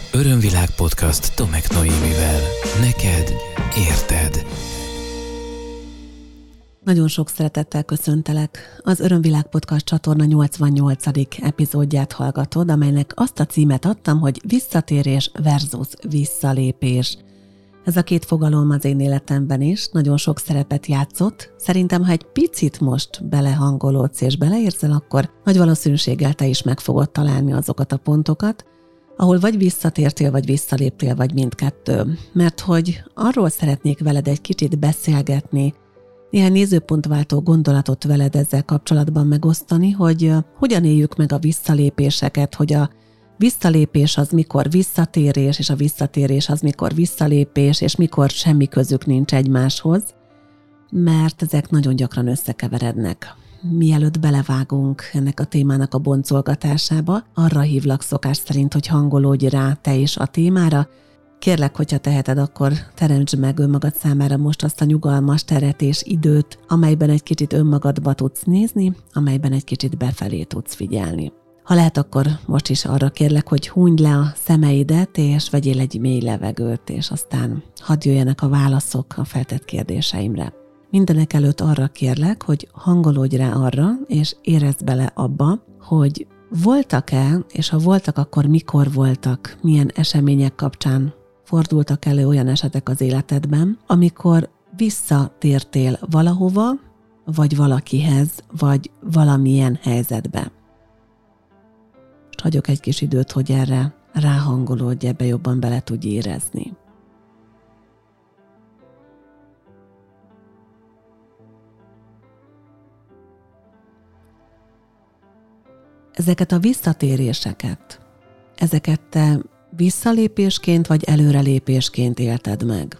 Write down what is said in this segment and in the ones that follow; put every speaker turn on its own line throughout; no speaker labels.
Örömvilág podcast Tomek Noémivel. Neked érted.
Nagyon sok szeretettel köszöntelek. Az Örömvilág podcast csatorna 88. epizódját hallgatod, amelynek azt a címet adtam, hogy visszatérés versus visszalépés. Ez a két fogalom az én életemben is nagyon sok szerepet játszott. Szerintem, ha egy picit most belehangolódsz és beleérzel, akkor nagy valószínűséggel te is meg fogod találni azokat a pontokat, ahol vagy visszatértél, vagy visszaléptél, vagy mindkettő. Mert hogy arról szeretnék veled egy kicsit beszélgetni, néhány nézőpontváltó gondolatot veled ezzel kapcsolatban megosztani, hogy hogyan éljük meg a visszalépéseket, hogy a visszalépés az mikor visszatérés, és a visszatérés az mikor visszalépés, és mikor semmi közük nincs egymáshoz, mert ezek nagyon gyakran összekeverednek. Mielőtt belevágunk ennek a témának a boncolgatásába, arra hívlak szokás szerint, hogy hangolódj rá te is a témára. Kérlek, hogyha teheted, akkor teremtsd meg önmagad számára most azt a nyugalmas teret és időt, amelyben egy kicsit önmagadba tudsz nézni, amelyben egy kicsit befelé tudsz figyelni. Ha lehet, akkor most is arra kérlek, hogy hunyd le a szemeidet, és vegyél egy mély levegőt, és aztán hadd jöjjenek a válaszok a feltett kérdéseimre. Mindenek előtt arra kérlek, hogy hangolódj rá arra, és érezd bele abba, hogy voltak-e, és ha voltak, akkor mikor voltak, milyen események kapcsán fordultak elő olyan esetek az életedben, amikor visszatértél valahova, vagy valakihez, vagy valamilyen helyzetbe. Most hagyok egy kis időt, hogy erre ráhangolódj, ebbe jobban bele tudj érezni. Ezeket a visszatéréseket, ezeket te visszalépésként vagy előrelépésként élted meg?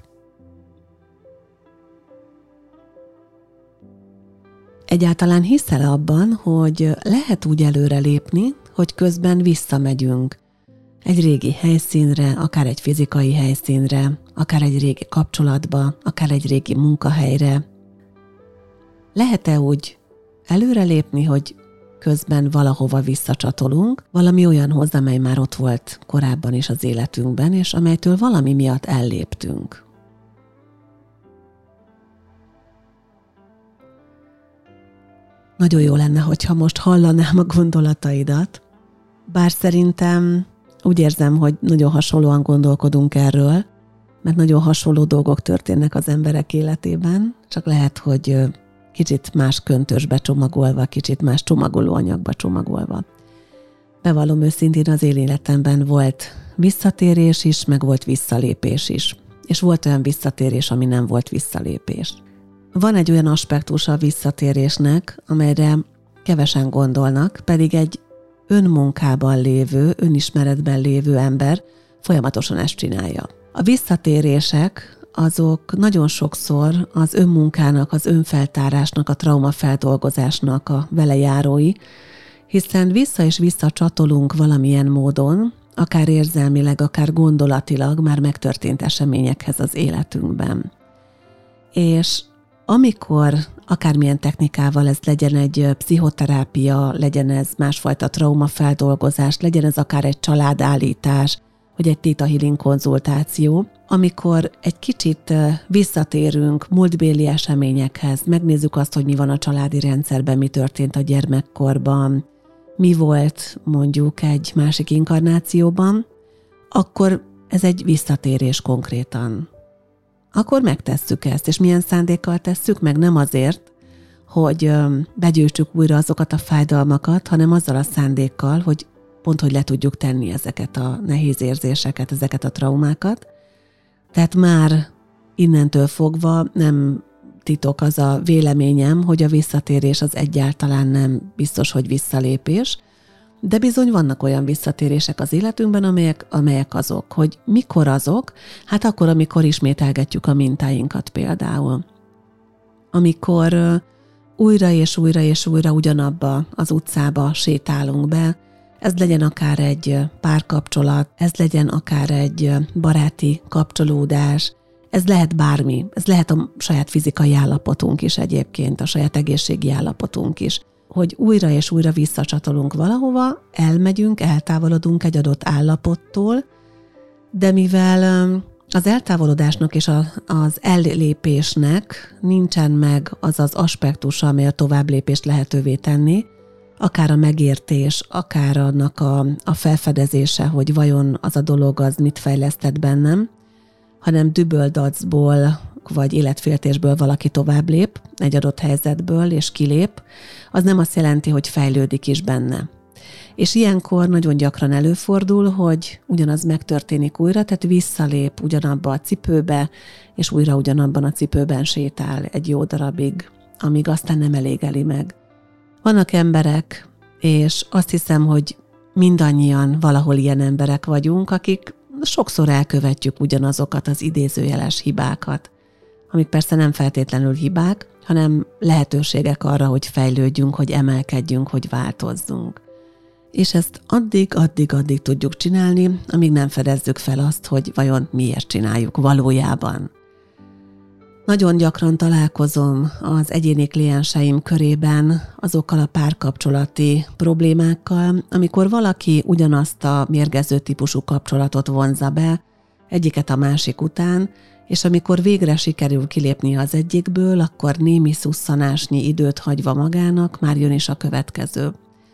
Egyáltalán hiszel abban, hogy lehet úgy előrelépni, hogy közben visszamegyünk egy régi helyszínre, akár egy fizikai helyszínre, akár egy régi kapcsolatba, akár egy régi munkahelyre? Lehet-e úgy előrelépni, hogy közben valahova visszacsatolunk, valami olyanhoz, amely már ott volt korábban is az életünkben, és amelytől valami miatt elléptünk? Nagyon jó lenne, hogyha most hallanám a gondolataidat, bár szerintem úgy érzem, hogy nagyon hasonlóan gondolkodunk erről, mert nagyon hasonló dolgok történnek az emberek életében, csak lehet, hogy kicsit más köntösbe csomagolva, kicsit más csomagolóanyagba csomagolva. Bevallom őszintén, az én életemben volt visszatérés is, meg volt visszalépés is. És volt olyan visszatérés, ami nem volt visszalépés. Van egy olyan aspektusa a visszatérésnek, amelyre kevesen gondolnak, pedig egy önmunkában lévő, önismeretben lévő ember folyamatosan ezt csinálja. A visszatérések azok nagyon sokszor az önmunkának, az önfeltárásnak, a traumafeldolgozásnak a velejárói, hiszen vissza és vissza csatolunk valamilyen módon, akár érzelmileg, akár gondolatilag már megtörtént eseményekhez az életünkben. És amikor akármilyen technikával ez legyen egy pszichoterápia, legyen ez másfajta traumafeldolgozás, legyen ez akár egy családállítás, vagy egy Theta Healing konzultáció, amikor egy kicsit visszatérünk múltbéli eseményekhez, megnézzük azt, hogy mi van a családi rendszerben, mi történt a gyermekkorban, mi volt mondjuk egy másik inkarnációban, akkor ez egy visszatérés konkrétan. Akkor megtesszük ezt, és milyen szándékkal tesszük meg? Nem azért, hogy begyűjtsük újra azokat a fájdalmakat, hanem azzal a szándékkal, hogy pont, hogy le tudjuk tenni ezeket a nehéz érzéseket, ezeket a traumákat. Tehát már innentől fogva nem titok az a véleményem, hogy a visszatérés az egyáltalán nem biztos, hogy visszalépés, de bizony vannak olyan visszatérések az életünkben, amelyek azok, hogy mikor azok? Hát akkor, amikor ismételgetjük a mintáinkat például. Amikor újra és újra és újra ugyanabba az utcába sétálunk be, ez legyen akár egy párkapcsolat, ez legyen akár egy baráti kapcsolódás, ez lehet bármi, ez lehet a saját fizikai állapotunk is egyébként, a saját egészségi állapotunk is, hogy újra és újra visszacsatolunk valahova, elmegyünk, eltávolodunk egy adott állapottól, De mivel az eltávolodásnak és az ellépésnek nincsen meg az az aspektusa, amely a továbblépést lehetővé tenni, akár a megértés, akár annak a felfedezése, hogy vajon az a dolog az mit fejlesztett bennem, hanem düböldacból vagy életféltésből valaki tovább lép egy adott helyzetből és kilép, az nem azt jelenti, hogy fejlődik is benne. És ilyenkor nagyon gyakran előfordul, hogy ugyanaz megtörténik újra, tehát visszalép ugyanabba a cipőbe, és újra ugyanabban a cipőben sétál egy jó darabig, amíg aztán nem elégeli meg. Vannak emberek, és azt hiszem, hogy mindannyian valahol ilyen emberek vagyunk, akik sokszor elkövetjük ugyanazokat az idézőjeles hibákat, amik persze nem feltétlenül hibák, hanem lehetőségek arra, hogy fejlődjünk, hogy emelkedjünk, hogy változzunk. És ezt addig tudjuk csinálni, amíg nem fedezzük fel azt, hogy vajon miért csináljuk valójában. Nagyon gyakran találkozom az egyéni klienseim körében azokkal a párkapcsolati problémákkal, amikor valaki ugyanazt a mérgező típusú kapcsolatot vonzza be, egyiket a másik után, és amikor végre sikerül kilépni az egyikből, akkor némi szusszanásnyi időt hagyva magának, már jön is a következő.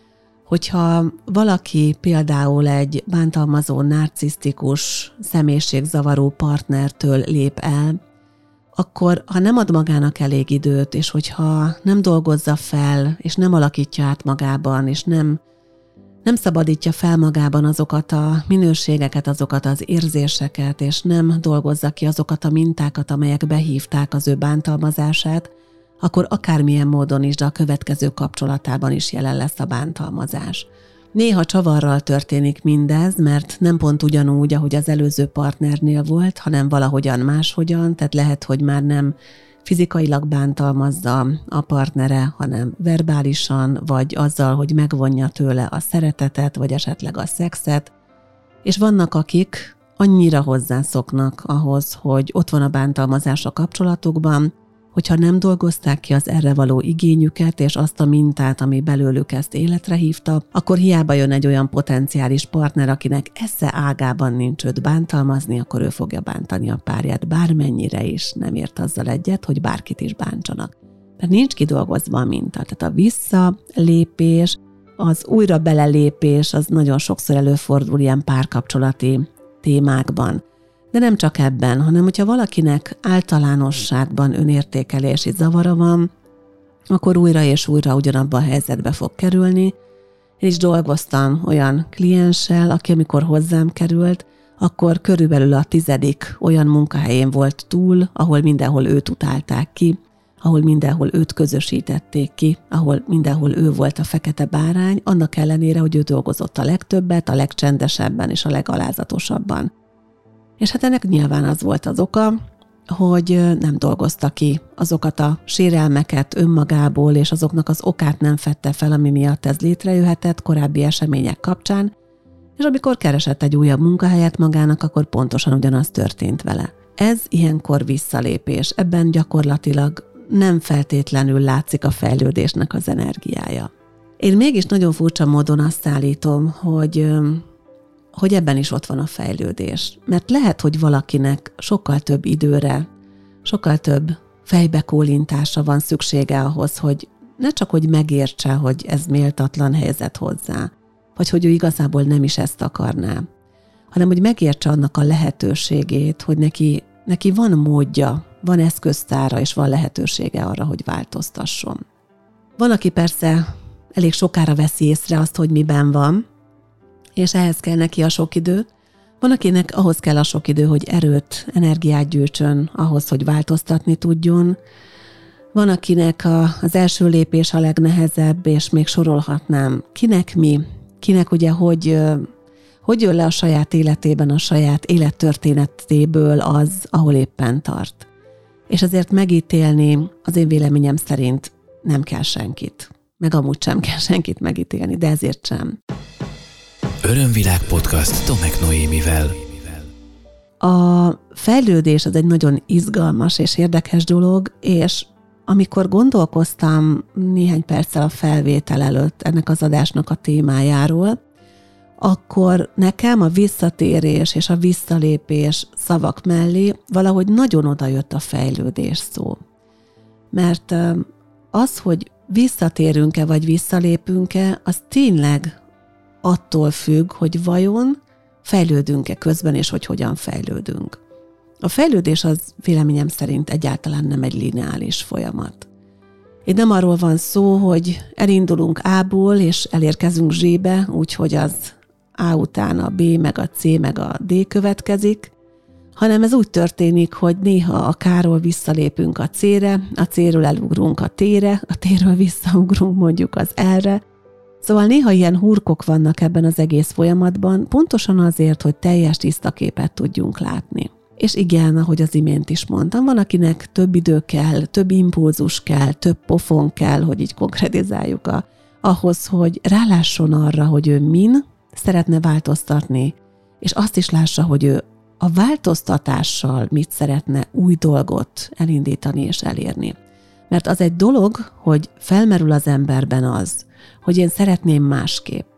Hogyha valaki például egy bántalmazó, narcisztikus, személyiségzavaró partnertől lép el, akkor ha nem ad magának elég időt, és hogyha nem dolgozza fel, és nem alakítja át magában, és nem szabadítja fel magában azokat a minőségeket, azokat az érzéseket, és nem dolgozza ki azokat a mintákat, amelyek behívták az ő bántalmazását, akkor akármilyen módon is, de a következő kapcsolatában is jelen lesz a bántalmazás. Néha csavarral történik mindez, mert nem pont ugyanúgy, ahogy az előző partnernél volt, hanem valahogyan máshogyan, tehát lehet, hogy már nem fizikailag bántalmazza a partnere, hanem verbálisan, vagy azzal, hogy megvonja tőle a szeretetet, vagy esetleg a szexet. És vannak, akik annyira hozzászoknak ahhoz, hogy ott van a bántalmazás a kapcsolatokban, hogyha nem dolgozták ki az erre való igényüket, és azt a mintát, ami belőlük ezt életre hívta, akkor hiába jön egy olyan potenciális partner, akinek esze ágában nincs őt bántalmazni, akkor ő fogja bántani a párját, bármennyire is nem ért azzal egyet, hogy bárkit is bántsanak. Mert nincs kidolgozva a minta. Tehát a visszalépés, az újra belelépés, az nagyon sokszor előfordul ilyen párkapcsolati témákban. De nem csak ebben, hanem hogyha valakinek általánosságban önértékelési zavara van, akkor újra és újra ugyanabban a helyzetbe fog kerülni. Én is dolgoztam olyan klienssel, aki amikor hozzám került, akkor körülbelül a 10. olyan munkahelyén volt túl, ahol mindenhol őt utálták ki, ahol mindenhol őt közösítették ki, ahol mindenhol ő volt a fekete bárány, annak ellenére, hogy ő dolgozott a legtöbbet, a legcsendesebben és a legalázatosabban. És hát ennek nyilván az volt az oka, hogy nem dolgozta ki azokat a sérelmeket önmagából, és azoknak az okát nem fedte fel, ami miatt ez létrejöhetett korábbi események kapcsán, és amikor keresett egy újabb munkahelyet magának, akkor pontosan ugyanaz történt vele. Ez ilyenkor visszalépés, ebben gyakorlatilag nem feltétlenül látszik a fejlődésnek az energiája. Én mégis nagyon furcsa módon azt állítom, hogy ebben is ott van a fejlődés. Mert lehet, hogy valakinek sokkal több időre, sokkal több fejbekólintása van szüksége ahhoz, hogy ne csak, hogy megértse, hogy ez méltatlan helyzet hozzá, vagy hogy ő igazából nem is ezt akarná, hanem hogy megértse annak a lehetőségét, hogy neki van módja, van eszköztára, és van lehetősége arra, hogy változtasson. Van, aki persze elég sokára veszi észre azt, hogy miben van, és ehhez kell neki a sok idő. Van, akinek ahhoz kell a sok idő, hogy erőt, energiát gyűjtsön ahhoz, hogy változtatni tudjon. Van, akinek az első lépés a legnehezebb, és még sorolhatnám. Kinek mi? Kinek ugye, hogy jön le a saját életében, a saját élettörténetéből az, ahol éppen tart. És azért megítélni az én véleményem szerint nem kell senkit. Meg amúgy sem kell senkit megítélni, de ezért sem.
Örömvilág podcast Tomek Noémivel.
A fejlődés az egy nagyon izgalmas és érdekes dolog, és amikor gondolkoztam néhány perccel a felvétel előtt ennek az adásnak a témájáról, akkor nekem a visszatérés és a visszalépés szavak mellé valahogy nagyon odajött a fejlődés szó. Mert az, hogy visszatérünk-e vagy visszalépünk-e, az tényleg attól függ, hogy vajon fejlődünk-e közben, és hogy hogyan fejlődünk. A fejlődés az véleményem szerint egyáltalán nem egy lineáris folyamat. Itt nem arról van szó, hogy elindulunk A-ból, és elérkezünk Z-be, úgyhogy az A után a B, meg a C, meg a D következik, hanem ez úgy történik, hogy néha a K-ról visszalépünk a C-re, a C-ről elugrunk a T-re, a T-ről visszaugrunk mondjuk az L-re. Szóval néha ilyen hurkok vannak ebben az egész folyamatban, pontosan azért, hogy teljes tiszta képet tudjunk látni. És igen, ahogy az imént is mondtam, van, akinek több idő kell, több impulzus kell, több pofon kell, hogy így konkretizáljuk ahhoz, hogy rálásson arra, hogy ő min szeretne változtatni, és azt is lássa, hogy ő a változtatással mit szeretne új dolgot elindítani és elérni. Mert az egy dolog, hogy felmerül az emberben az, hogy én szeretném másképp.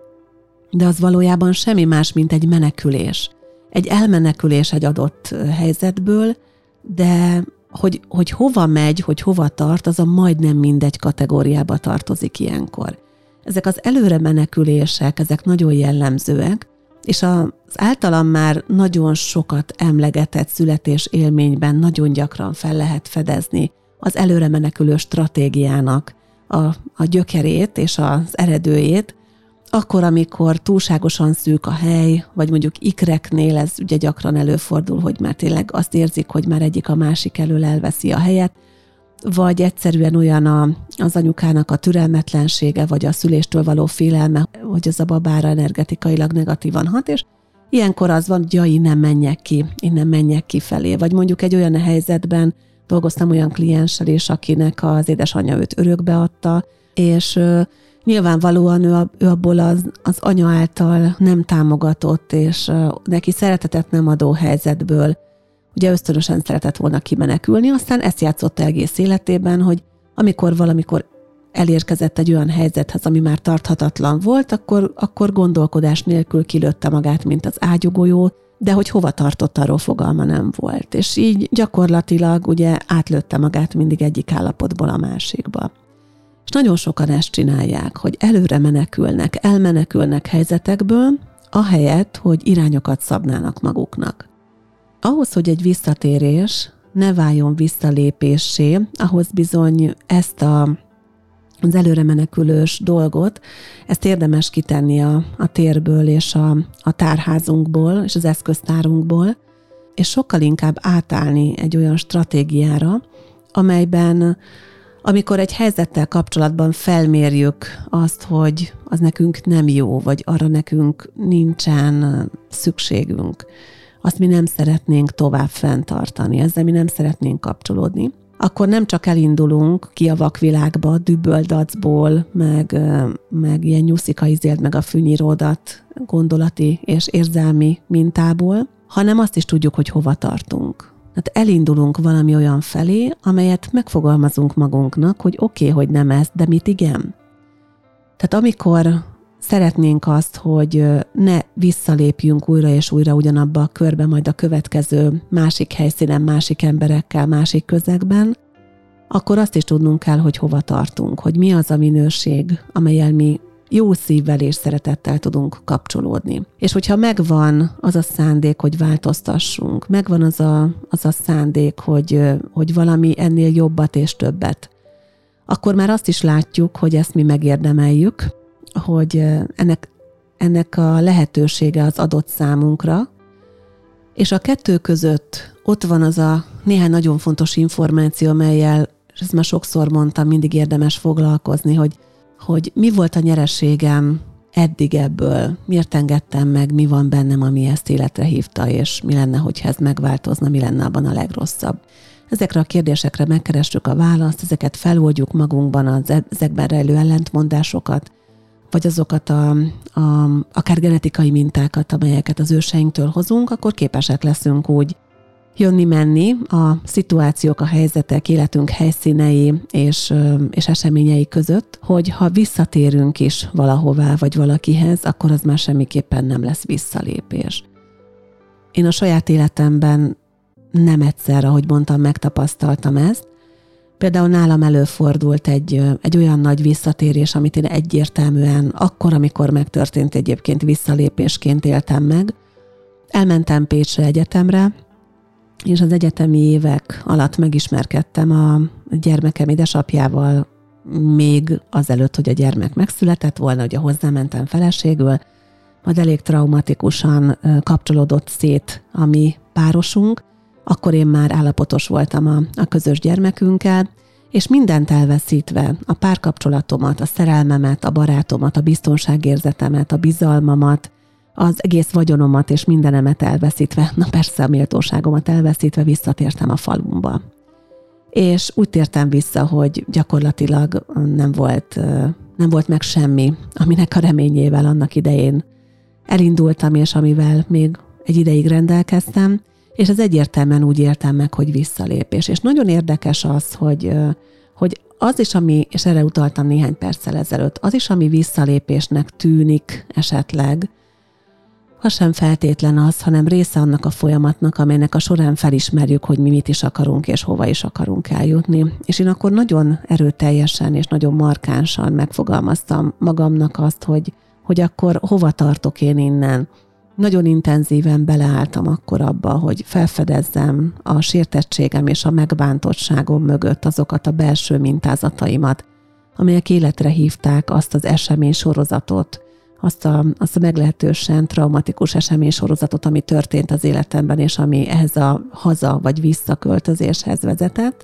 De az valójában semmi más, mint egy menekülés. Egy elmenekülés egy adott helyzetből, de hogy hova megy, hogy hova tart, az a majdnem mindegy kategóriába tartozik ilyenkor. Ezek az előre menekülések, ezek nagyon jellemzőek, és az általam már nagyon sokat emlegetett születés élményben nagyon gyakran fel lehet fedezni az előre menekülő stratégiának a gyökerét és az eredőjét, akkor, amikor túlságosan szűk a hely, vagy mondjuk ikreknél ez ugye gyakran előfordul, hogy már tényleg azt érzik, hogy már egyik a másik elől elveszi a helyet, vagy egyszerűen olyan az anyukának a türelmetlensége, vagy a szüléstől való félelme, hogy az a babára energetikailag negatívan hat, és ilyenkor az van, hogy ja, innen menjek ki felé. Vagy mondjuk egy olyan helyzetben dolgoztam olyan klienssel is, akinek az édesanyja őt örökbe adta, és nyilvánvalóan ő abból az anya által nem támogatott, és neki szeretetet nem adó helyzetből ugye ösztönösen szeretett volna kimenekülni, aztán ezt játszotta egész életében, hogy amikor valamikor elérkezett egy olyan helyzethez, ami már tarthatatlan volt, akkor gondolkodás nélkül kilőtte magát, mint az ágyúgolyó, de hogy hova tartott, arról fogalma nem volt. És így gyakorlatilag ugye átlőtte magát mindig egyik állapotból a másikba. És nagyon sokan ezt csinálják, hogy előre menekülnek, elmenekülnek helyzetekből, ahelyett, hogy irányokat szabnának maguknak. Ahhoz, hogy egy visszatérés ne váljon visszalépéssé, ahhoz bizony ezt az előre menekülős dolgot, ezt érdemes kitenni a térből és a tárházunkból és az eszköztárunkból, és sokkal inkább átállni egy olyan stratégiára, amelyben amikor egy helyzettel kapcsolatban felmérjük azt, hogy az nekünk nem jó, vagy arra nekünk nincsen szükségünk, azt mi nem szeretnénk tovább fenntartani, ezzel mi nem szeretnénk kapcsolódni, akkor nem csak elindulunk ki a vakvilágba, düböldacból, meg ilyen nyuszika izéld meg a fűnyíródat gondolati és érzelmi mintából, hanem azt is tudjuk, hogy hova tartunk. Tehát elindulunk valami olyan felé, amelyet megfogalmazunk magunknak, hogy oké, hogy nem ez, de mit igen. Tehát amikor szeretnénk azt, hogy ne visszalépjünk újra és újra ugyanabba a körbe, majd a következő másik helyszínen, másik emberekkel, másik közegben, akkor azt is tudnunk kell, hogy hova tartunk, hogy mi az a minőség, amellyel mi jó szívvel és szeretettel tudunk kapcsolódni. És hogyha megvan az a szándék, hogy változtassunk, megvan az a szándék, hogy valami ennél jobbat és többet, akkor már azt is látjuk, hogy ezt mi megérdemeljük, hogy ennek a lehetősége az adott számunkra, és a kettő között ott van az a néhány nagyon fontos információ, amellyel, és ezt már sokszor mondtam, mindig érdemes foglalkozni, hogy mi volt a nyereségem eddig ebből, miért engedtem meg, mi van bennem, ami ezt életre hívta, és mi lenne, hogyha ez megváltozna, mi lenne abban a legrosszabb. Ezekre a kérdésekre megkerestük a választ, ezeket feloldjuk magunkban, ezekben rejlő ellentmondásokat, vagy azokat akár genetikai mintákat, amelyeket az őseinktől hozunk, akkor képesek leszünk úgy jönni-menni a szituációk, a helyzetek, életünk helyszínei és eseményei között, hogy ha visszatérünk is valahová vagy valakihez, akkor az már semmiképpen nem lesz visszalépés. Én a saját életemben nem egyszer, ahogy mondtam, megtapasztaltam ezt. Például nálam előfordult egy olyan nagy visszatérés, amit én egyértelműen akkor, amikor megtörtént, egyébként visszalépésként éltem meg. Elmentem Pécsre egyetemre, és az egyetemi évek alatt megismerkedtem a gyermekem édesapjával, még azelőtt, hogy a gyermek megszületett volna, ugye hozzámentem feleségül, majd elég traumatikusan kapcsolódott szét a mi párosunk. Akkor én már állapotos voltam a közös gyermekünkkel, és mindent elveszítve, a párkapcsolatomat, a szerelmemet, a barátomat, a biztonságérzetemet, a bizalmamat, az egész vagyonomat és mindenemet elveszítve, na persze a méltóságomat elveszítve visszatértem a falumba. És úgy tértem vissza, hogy gyakorlatilag nem volt meg semmi, aminek a reményével annak idején elindultam, és amivel még egy ideig rendelkeztem, és ez egyértelműen úgy éltem meg, hogy visszalépés. És nagyon érdekes az, hogy az is, ami, és erre utaltam néhány perccel ezelőtt, az is, ami visszalépésnek tűnik esetleg, az sem feltétlen az, hanem része annak a folyamatnak, amelynek a során felismerjük, hogy mi mit is akarunk, és hova is akarunk eljutni. És én akkor nagyon erőteljesen és nagyon markánsan megfogalmaztam magamnak azt, hogy akkor hova tartok én innen. Nagyon intenzíven beleálltam akkor abba, hogy felfedezzem a sértettségem és a megbántottságom mögött azokat a belső mintázataimat, amelyek életre hívták azt az eseménysorozatot, azt a meglehetősen traumatikus eseménysorozatot, ami történt az életemben, és ami ehhez a haza vagy visszaköltözéshez vezetett.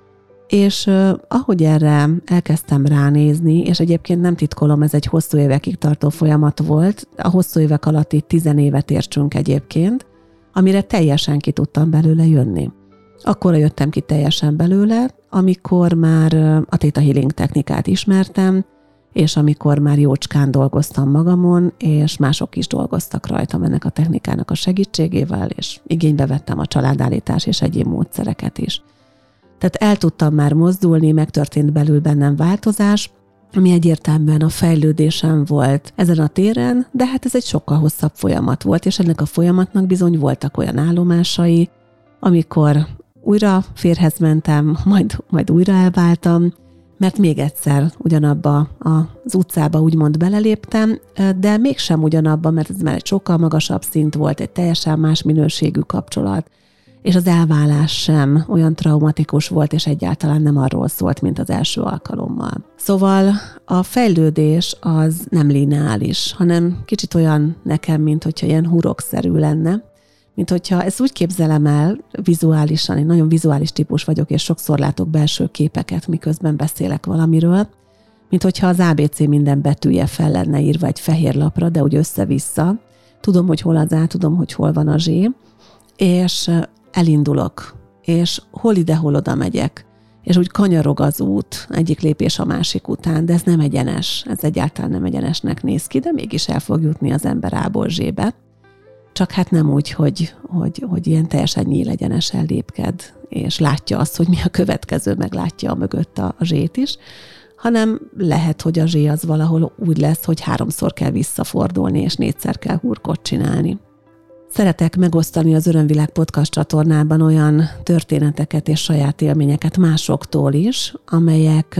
És ahogy erre elkezdtem ránézni, és egyébként nem titkolom, ez egy hosszú évekig tartó folyamat volt, a hosszú évek alatt itt 10 évet értsünk egyébként, amire teljesen ki tudtam belőle jönni. Akkor jöttem ki teljesen belőle, amikor már a Theta Healing technikát ismertem, és amikor már jócskán dolgoztam magamon, és mások is dolgoztak rajtam ennek a technikának a segítségével, és igénybe vettem a családállítás és egyéb módszereket is. Tehát el tudtam már mozdulni, megtörtént belül bennem változás, ami egyértelműen a fejlődésem volt ezen a téren, de hát ez egy sokkal hosszabb folyamat volt, és ennek a folyamatnak bizony voltak olyan állomásai, amikor újra férhez mentem, majd újra elváltam, mert még egyszer ugyanabba az utcába úgymond beleléptem, de mégsem ugyanabba, mert ez már egy sokkal magasabb szint volt, egy teljesen más minőségű kapcsolat, és az elválás sem olyan traumatikus volt, és egyáltalán nem arról szólt, mint az első alkalommal. Szóval a fejlődés az nem lineáris, hanem kicsit olyan nekem, mint hogyha ilyen hurokszerű lenne, mint hogyha ezt úgy képzelem el vizuálisan, én nagyon vizuális típus vagyok, és sokszor látok belső képeket, miközben beszélek valamiről, mint hogyha az ABC minden betűje fel lenne írva egy fehér lapra, de úgy össze-vissza. Tudom, hogy hol az A, tudom, hogy hol van a Z, és elindulok, és hol ide, hol oda megyek, és úgy kanyarog az út egyik lépés a másik után, de ez nem egyenes, ez egyáltalán nem egyenesnek néz ki, de mégis el fog jutni az ember A-ból Z-be. Csak hát nem úgy, hogy ilyen teljesen nyílegyenesen lépked, és látja azt, hogy mi a következő, meg látja a mögött a Z-t is, hanem lehet, hogy a Z az valahol úgy lesz, hogy 3-szor kell visszafordulni, és 4-szer kell hurkot csinálni. Szeretek megosztani az Örömvilág podcast csatornában olyan történeteket és saját élményeket másoktól is, amelyek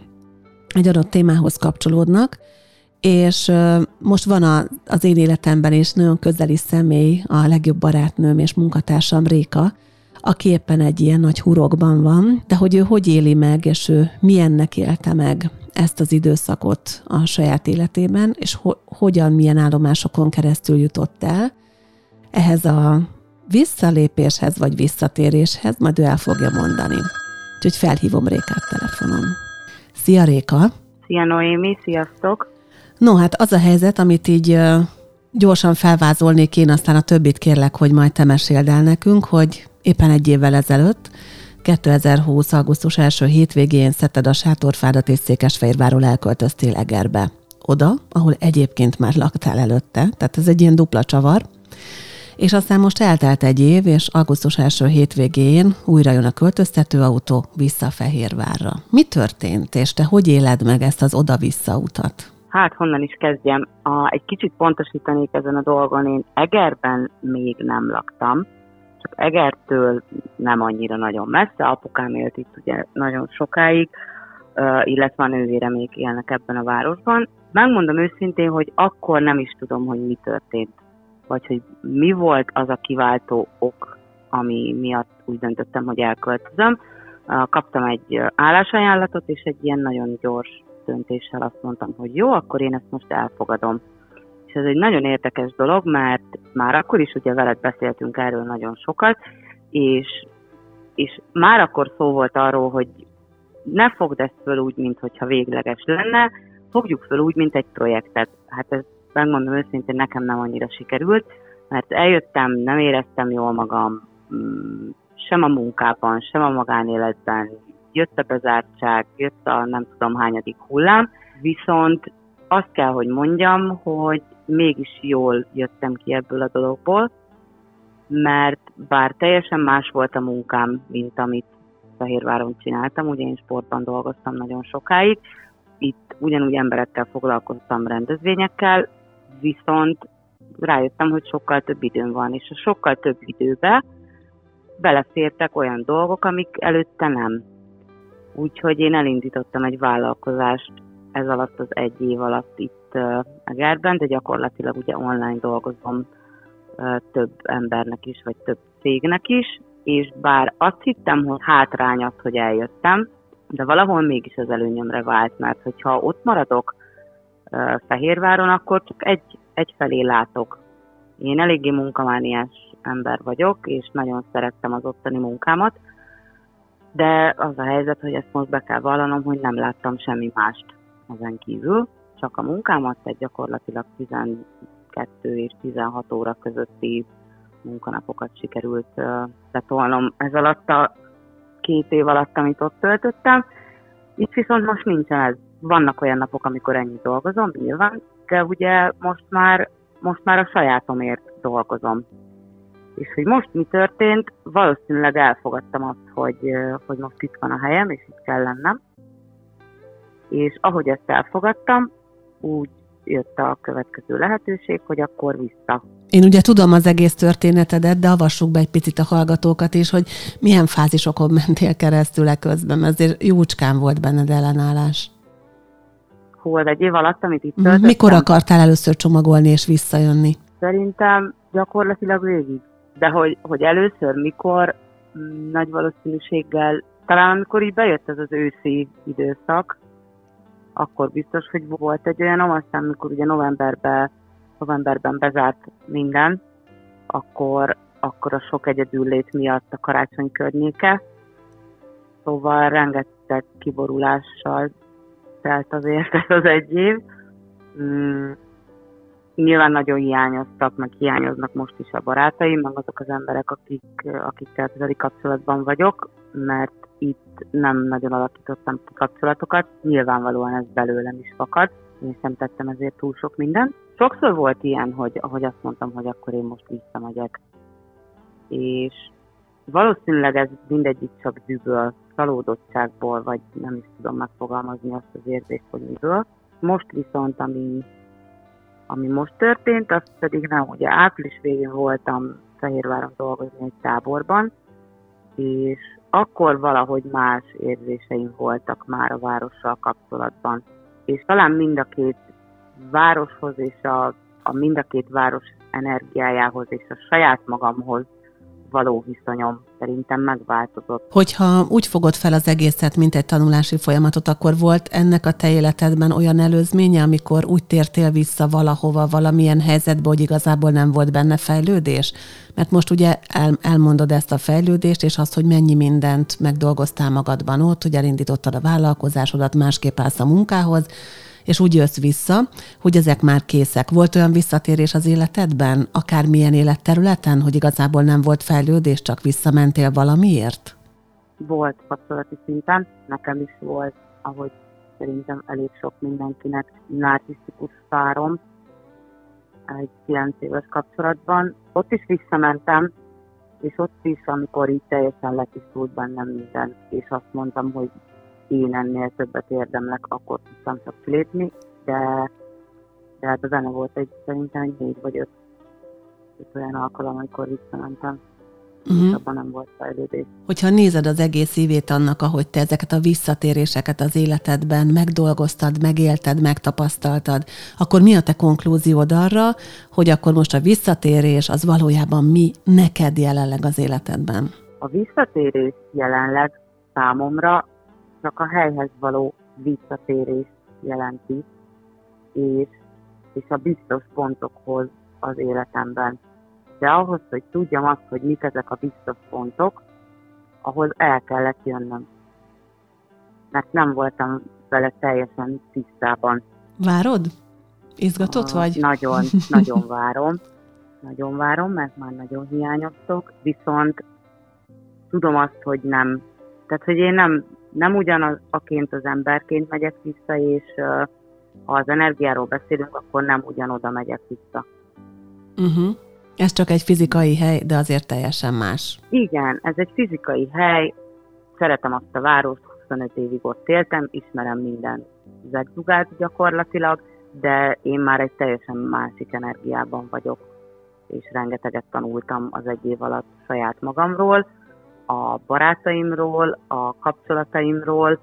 egy adott témához kapcsolódnak, és most van az én életemben is nagyon közeli személy, a legjobb barátnőm és munkatársam Réka, aki éppen egy ilyen nagy hurokban van, de hogy ő hogy éli meg, és ő milyennek élte meg ezt az időszakot a saját életében, és hogyan, milyen állomásokon keresztül jutott el ehhez a visszalépéshez vagy visszatéréshez, majd ő el fogja mondani. Úgyhogy felhívom Rékát telefonon. Szia Réka!
Szia Noémi, sziasztok!
No, hát az a helyzet, amit így gyorsan felvázolnék én, aztán a többit kérlek, hogy majd te meséld el nekünk, hogy éppen egy évvel ezelőtt, 2020. augusztus első hétvégén szedted a sátorfádat és Székesfehérvárról elköltöztél Egerbe. Oda, ahol egyébként már laktál előtte, tehát ez egy ilyen dupla csavar. És aztán most eltelt egy év, és augusztus első hétvégén újra jön a költöztetőautó vissza Fehérvárra. Mi történt, és te hogy éled meg ezt az oda-vissza utat?
Hát honnan is kezdjem? Egy kicsit pontosítanék ezen a dolgon. Én Egerben még nem laktam, csak Egertől nem annyira nagyon messze. Apukám élt itt ugye nagyon sokáig, illetve a nővéremék élnek ebben a városban. Megmondom őszintén, hogy akkor nem is tudom, hogy mi történt, vagy hogy mi volt az a kiváltó ok, ami miatt úgy döntöttem, hogy elköltözöm. Kaptam egy állásajánlatot, és egy ilyen nagyon gyors döntéssel azt mondtam, hogy jó, akkor én ezt most elfogadom. És ez egy nagyon érdekes dolog, mert már akkor is ugye veled beszéltünk erről nagyon sokat, és már akkor szó volt arról, hogy ne fogd ezt föl úgy, mintha végleges lenne, fogjuk föl úgy, mint egy projektet. Hát ez, megmondom őszintén, nekem nem annyira sikerült, mert eljöttem, nem éreztem jól magam, sem a munkában, sem a magánéletben, jött a bezártság, jött a nem tudom hányadik hullám, viszont azt kell, hogy mondjam, hogy mégis jól jöttem ki ebből a dologból, mert bár teljesen más volt a munkám, mint amit Fehérváron csináltam, ugye én sportban dolgoztam nagyon sokáig, itt ugyanúgy emberekkel foglalkoztam, rendezvényekkel, viszont rájöttem, hogy sokkal több időm van, és a sokkal több időbe belefértek olyan dolgok, amik előtte nem. Úgyhogy én elindítottam egy vállalkozást ez alatt az egy év alatt itt Egerben, de gyakorlatilag ugye online dolgozom több embernek is, vagy több cégnek is, és bár azt hittem, hogy hátrány az, hogy eljöttem, de valahol mégis az előnyömre vált, mert hogyha ott maradok Fehérváron, akkor csak egyfelé látok. Én eléggé munkamániás ember vagyok, és nagyon szerettem az ottani munkámat, de az a helyzet, hogy ezt most be kell vallanom, hogy nem láttam semmi mást ezen kívül, csak a munkámat, tehát gyakorlatilag 12 és 16 óra közötti munkanapokat sikerült letolnom ez alatt a 2 év alatt, amit ott töltöttem. Itt viszont most nincsen ez. Vannak olyan napok, amikor ennyit dolgozom, nyilván, de ugye most már a sajátomért dolgozom. És hogy most mi történt, valószínűleg elfogadtam azt, hogy most itt van a helyem, és itt kell lennem. És ahogy ezt elfogadtam, úgy jött a következő lehetőség, hogy akkor vissza.
Én ugye tudom az egész történetedet, de avassuk be egy picit a hallgatókat is, hogy milyen fázisokon mentél keresztül eközben, ezért jócskán volt benned ellenállás.
Hú, egy év alatt, amit itt töltöttem.
Mikor akartál először csomagolni és visszajönni?
Szerintem gyakorlatilag végig. De hogy először, mikor, nagy valószínűséggel, talán amikor így bejött ez az őszi időszak, akkor biztos, hogy volt egy olyan, aztán amikor ugye novemberben bezárt minden, akkor a sok egyedüllét miatt a karácsony környéke. Szóval rengeteg kiborulással telt azért ez az egy év. Nyilván nagyon hiányoztak, meg hiányoznak most is a barátaim, meg azok az emberek, akikkel közeli kapcsolatban vagyok, mert itt nem nagyon alakítottam ki kapcsolatokat, nyilvánvalóan ez belőlem is fakad, én sem tettem ezért túl sok mindent. Sokszor volt ilyen, ahogy azt mondtam, hogy akkor én most visszamegyek. És valószínűleg ez mindegyik csak dühből, csalódottságból, vagy nem is tudom megfogalmazni azt az érzést, hogy miből. Most viszont, ami most történt, az pedig nem, ugye április végén voltam Fehérváron dolgozni egy táborban, és akkor valahogy más érzéseim voltak már a várossal kapcsolatban. És talán mind a két városhoz és a mind a két város energiájához és a saját magamhoz való viszonyom szerintem megváltozott.
Hogyha úgy fogod fel az egészet, mint egy tanulási folyamatot, akkor volt ennek a te életedben olyan előzménye, amikor úgy tértél vissza valahova, valamilyen helyzetbe, hogy igazából nem volt benne fejlődés? Mert most ugye elmondod ezt a fejlődést, és azt, hogy mennyi mindent megdolgoztál magadban ott, hogy elindítottad a vállalkozásodat, másképp állsz a munkához, és úgy jössz vissza, hogy ezek már készek. Volt olyan visszatérés az életedben, akármilyen életterületen, hogy igazából nem volt fejlődés, csak visszamentél valamiért?
Volt kapcsolati szinten, nekem is volt, ahogy szerintem elég sok mindenkinek, narcisztikus párom, egy 9 éves kapcsolatban. Ott is visszamentem, és ott is, amikor így teljesen letisztult bennem minden, és azt mondtam, hogy én ennél többet érdemlek, akkor tudtam csak kilépni, de hát az enne volt szerintem egy 4 vagy 5 olyan alkalom, amikor visszamentem. És abban nem volt fejlődés.
Hogyha nézed az egész évét annak, ahogy te ezeket a visszatéréseket az életedben megdolgoztad, megélted, megtapasztaltad, akkor mi a te konklúziód arra, hogy akkor most a visszatérés az valójában mi neked jelenleg az életedben?
A visszatérés jelenleg számomra csak a helyhez való visszatérés jelenti, és a biztos pontokhoz az életemben. De ahhoz, hogy tudjam azt, hogy mik ezek a biztos pontok, ahhoz el kellett jönnöm. Mert nem voltam vele teljesen tisztában.
Várod? Izgatott vagy?
Nagyon várom. Nagyon várom, mert már nagyon hiányoztok. Viszont tudom azt, hogy nem. Tehát, hogy én nem ugyanaként az emberként megyek vissza, és ha az energiáról beszélünk, akkor nem ugyanoda megyek vissza.
Ez csak egy fizikai hely, de azért teljesen más.
Igen, ez egy fizikai hely, szeretem azt a várost, 25 évig ott éltem, ismerem minden zegzugát gyakorlatilag, de én már egy teljesen másik energiában vagyok, és rengeteget tanultam az 1 év alatt saját magamról, a barátaimról, a kapcsolataimról,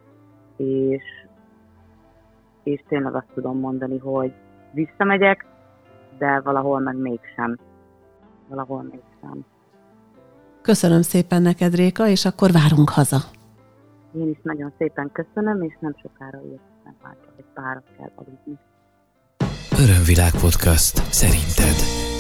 és tényleg azt tudom mondani, hogy visszamegyek, de valahol meg mégsem.
Köszönöm szépen neked, Réka, és akkor várunk haza.
Én is nagyon szépen köszönöm, és nem sokára értem, már csak egy párat kell aludni.
Örömvilág podcast szerinted.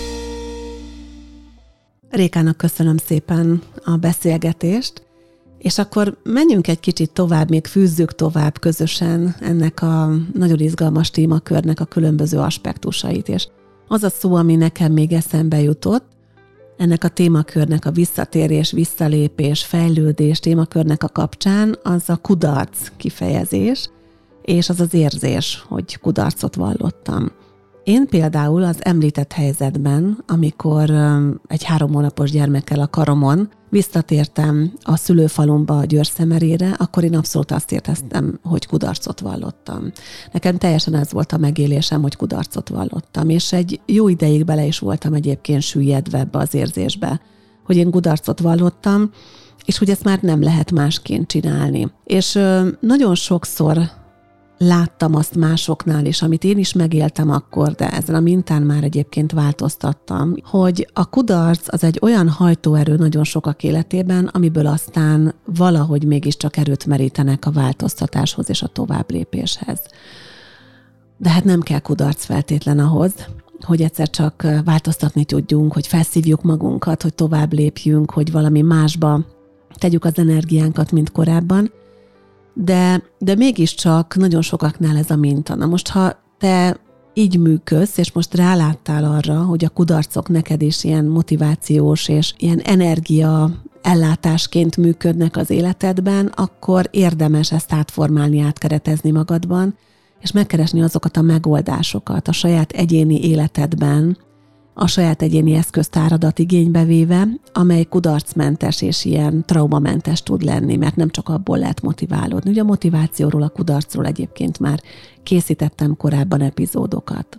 Rékának köszönöm szépen a beszélgetést, és akkor menjünk egy kicsit tovább, még fűzzük tovább közösen ennek a nagyon izgalmas témakörnek a különböző aspektusait, és az a szó, ami nekem még eszembe jutott, ennek a témakörnek a visszatérés, visszalépés, fejlődés témakörnek a kapcsán, az a kudarc kifejezés, és az az érzés, hogy kudarcot vallottam. Én például az említett helyzetben, amikor egy 3 hónapos gyermekkel a karomon visszatértem a szülőfalumba a Győr-Szemerére, akkor én abszolút azt éreztem, hogy kudarcot vallottam. Nekem teljesen ez volt a megélésem, hogy kudarcot vallottam, és egy jó ideig bele is voltam egyébként süllyedve ebbe az érzésbe, hogy én kudarcot vallottam, és hogy ezt már nem lehet másként csinálni. És nagyon sokszor láttam azt másoknál is, amit én is megéltem akkor, de ezen a mintán már egyébként változtattam, hogy a kudarc az egy olyan hajtóerő nagyon sokak életében, amiből aztán valahogy mégiscsak erőt merítenek a változtatáshoz és a továbblépéshez. De hát nem kell kudarc feltétlen ahhoz, hogy egyszer csak változtatni tudjunk, hogy felszívjuk magunkat, hogy tovább lépjünk, hogy valami másba tegyük az energiánkat, mint korábban, de mégiscsak nagyon sokaknál ez a minta. Na most, ha te így működsz, és most ráláttál arra, hogy a kudarcok neked is ilyen motivációs és ilyen energia ellátásként működnek az életedben, akkor érdemes ezt átformálni, átkeretezni magadban, és megkeresni azokat a megoldásokat a saját egyéni életedben, a saját egyéni eszköztáradat igénybe véve, amely kudarcmentes és ilyen traumamentes tud lenni, mert nem csak abból lehet motiválódni. Ugye a motivációról, a kudarcról egyébként már készítettem korábban epizódokat.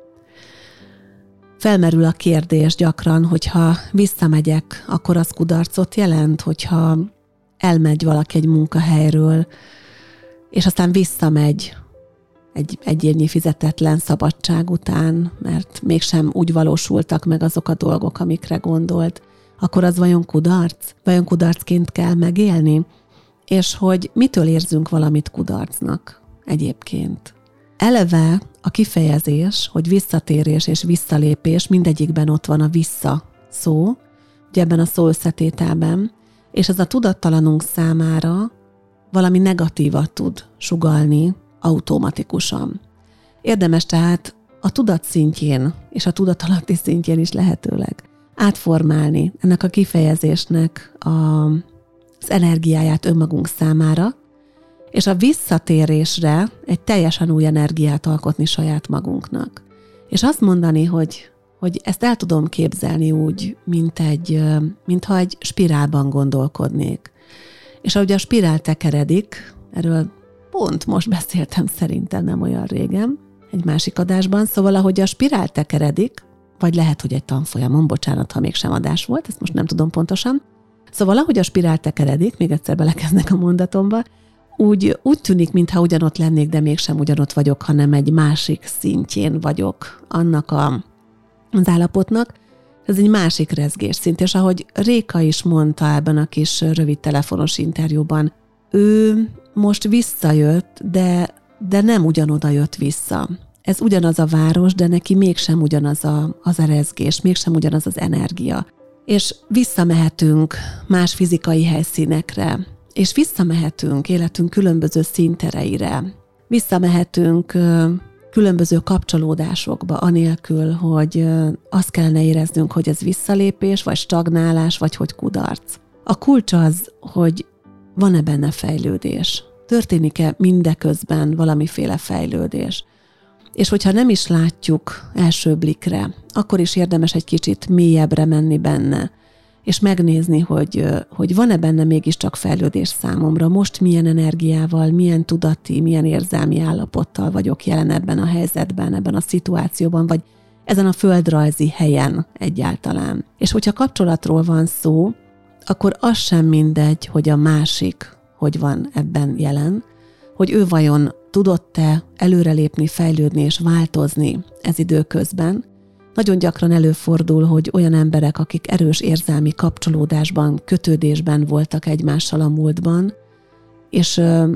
Felmerül a kérdés gyakran, hogyha visszamegyek, akkor az kudarcot jelent, hogyha elmegy valaki egy munkahelyről, és aztán visszamegy egy évnyi fizetetlen szabadság után, mert mégsem úgy valósultak meg azok a dolgok, amikre gondolt, akkor az vajon kudarc? Vajon kudarcként kell megélni? És hogy mitől érzünk valamit kudarcnak egyébként? Eleve a kifejezés, hogy visszatérés és visszalépés, mindegyikben ott van a vissza szó, ugye ebben a szó összetételben, és ez a tudattalanunk számára valami negatívat tud sugallni automatikusan. Érdemes tehát a tudat szintjén és a tudatalatti szintjén is lehetőleg átformálni ennek a kifejezésnek az energiáját önmagunk számára, és a visszatérésre egy teljesen új energiát alkotni saját magunknak. És azt mondani, hogy hogy ezt el tudom képzelni úgy, mintha egy spirálban gondolkodnék. És ahogy a spirál tekeredik, erről pont most beszéltem szerintem nem olyan régen, egy másik adásban, szóval ahogy a spirál tekeredik, vagy lehet, hogy egy tanfolyamon, bocsánat, ha mégsem adás volt, ezt most nem tudom pontosan, szóval ahogy a spirál tekeredik, még egyszer belekezdnek a mondatomba, úgy tűnik, mintha ugyanott lennék, de mégsem ugyanott vagyok, hanem egy másik szintjén vagyok annak az állapotnak. Ez egy másik rezgésszint, és ahogy Réka is mondta ebben a kis rövid telefonos interjúban, ő most visszajött, de nem ugyanoda jött vissza. Ez ugyanaz a város, de neki mégsem ugyanaz az a rezgés, mégsem ugyanaz az energia. És visszamehetünk más fizikai helyszínekre, és visszamehetünk életünk különböző színtereire, visszamehetünk különböző kapcsolódásokba, anélkül, hogy azt kellene éreznünk, hogy ez visszalépés, vagy stagnálás, vagy hogy kudarc. A kulcs az, hogy van-e benne fejlődés. Történik-e mindeközben valamiféle fejlődés. És hogyha nem is látjuk első blikre, akkor is érdemes egy kicsit mélyebbre menni benne, és megnézni, hogy van-e benne mégiscsak fejlődés számomra, most milyen energiával, milyen tudati, milyen érzelmi állapottal vagyok jelen ebben a helyzetben, ebben a szituációban, vagy ezen a földrajzi helyen egyáltalán. És hogyha kapcsolatról van szó, akkor az sem mindegy, hogy a másik hogy van ebben jelen, hogy ő vajon tudott-e előrelépni, fejlődni és változni ez időközben. Nagyon gyakran előfordul, hogy olyan emberek, akik erős érzelmi kapcsolódásban, kötődésben voltak egymással a múltban, és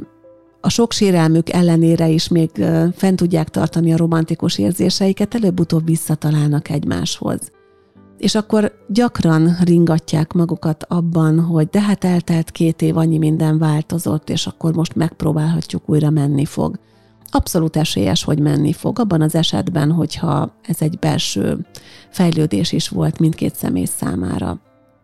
a sok sérelmük ellenére is még fent tudják tartani a romantikus érzéseiket, előbb-utóbb visszatalálnak egymáshoz. És akkor gyakran ringatják magukat abban, hogy de hát eltelt 2 év, annyi minden változott, és akkor most megpróbálhatjuk, újra menni fog. Abszolút esélyes, hogy menni fog, abban az esetben, hogyha ez egy belső fejlődés is volt mindkét személy számára.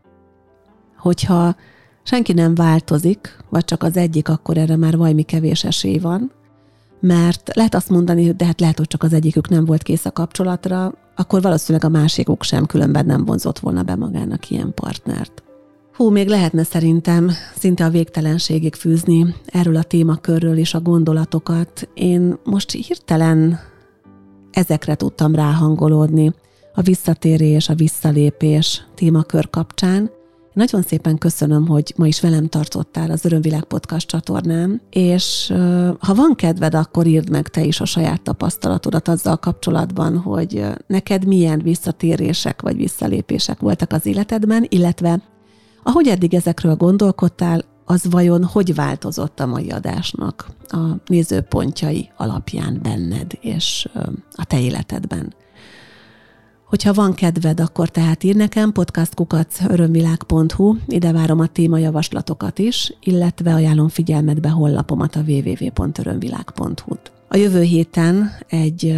Hogyha senki nem változik, vagy csak az egyik, akkor erre már valami kevés esély van, mert lehet azt mondani, hogy de hát lehet, hogy csak az egyikük nem volt kész a kapcsolatra, akkor valószínűleg a másikuk sem, különben nem vonzott volna be magának ilyen partnert. Még lehetne szerintem szinte a végtelenségig fűzni erről a témakörről is a gondolatokat. Én most hirtelen ezekre tudtam ráhangolódni, a visszatérés, a visszalépés témakör kapcsán. Nagyon szépen köszönöm, hogy ma is velem tartottál az Örömvilág Podcast csatornán, és ha van kedved, akkor írd meg te is a saját tapasztalatodat azzal kapcsolatban, hogy neked milyen visszatérések vagy visszalépések voltak az életedben, illetve ahogy eddig ezekről gondolkodtál, az vajon hogy változott a mai adásnak a nézőpontjai alapján benned és a te életedben. Hogyha van kedved, akkor tehát ír nekem podcast@örömvilág.hu, ide várom a témajavaslatokat is, illetve ajánlom figyelmetbe honlapomat, a www.örömvilág.hu-t. A jövő héten egy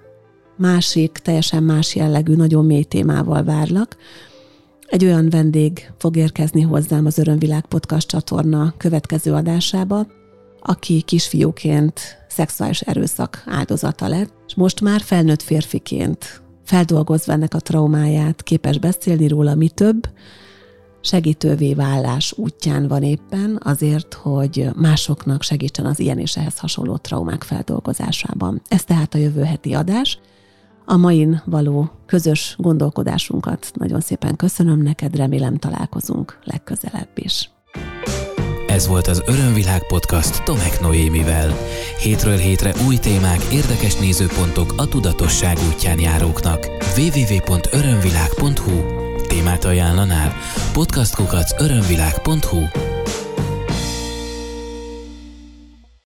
másik, teljesen más jellegű, nagyon mély témával várlak. Egy olyan vendég fog érkezni hozzám az Örömvilág Podcast csatorna következő adásába, aki kisfiúként szexuális erőszak áldozata lett, és most már felnőtt férfiként feldolgozva ennek a traumáját, képes beszélni róla, mi több, segítővé válás útján van éppen azért, hogy másoknak segítsen az ilyen és ehhez hasonló traumák feldolgozásában. Ez tehát a jövő heti adás. A main való közös gondolkodásunkat nagyon szépen köszönöm neked, remélem találkozunk legközelebb is.
Ez volt az Örömvilág Podcast Tomek Noémivel. Hétről hétre új témák, érdekes nézőpontok a tudatosság útján járóknak. www.örömvilág.hu. Témát ajánlanál? podcast@örömvilág.hu.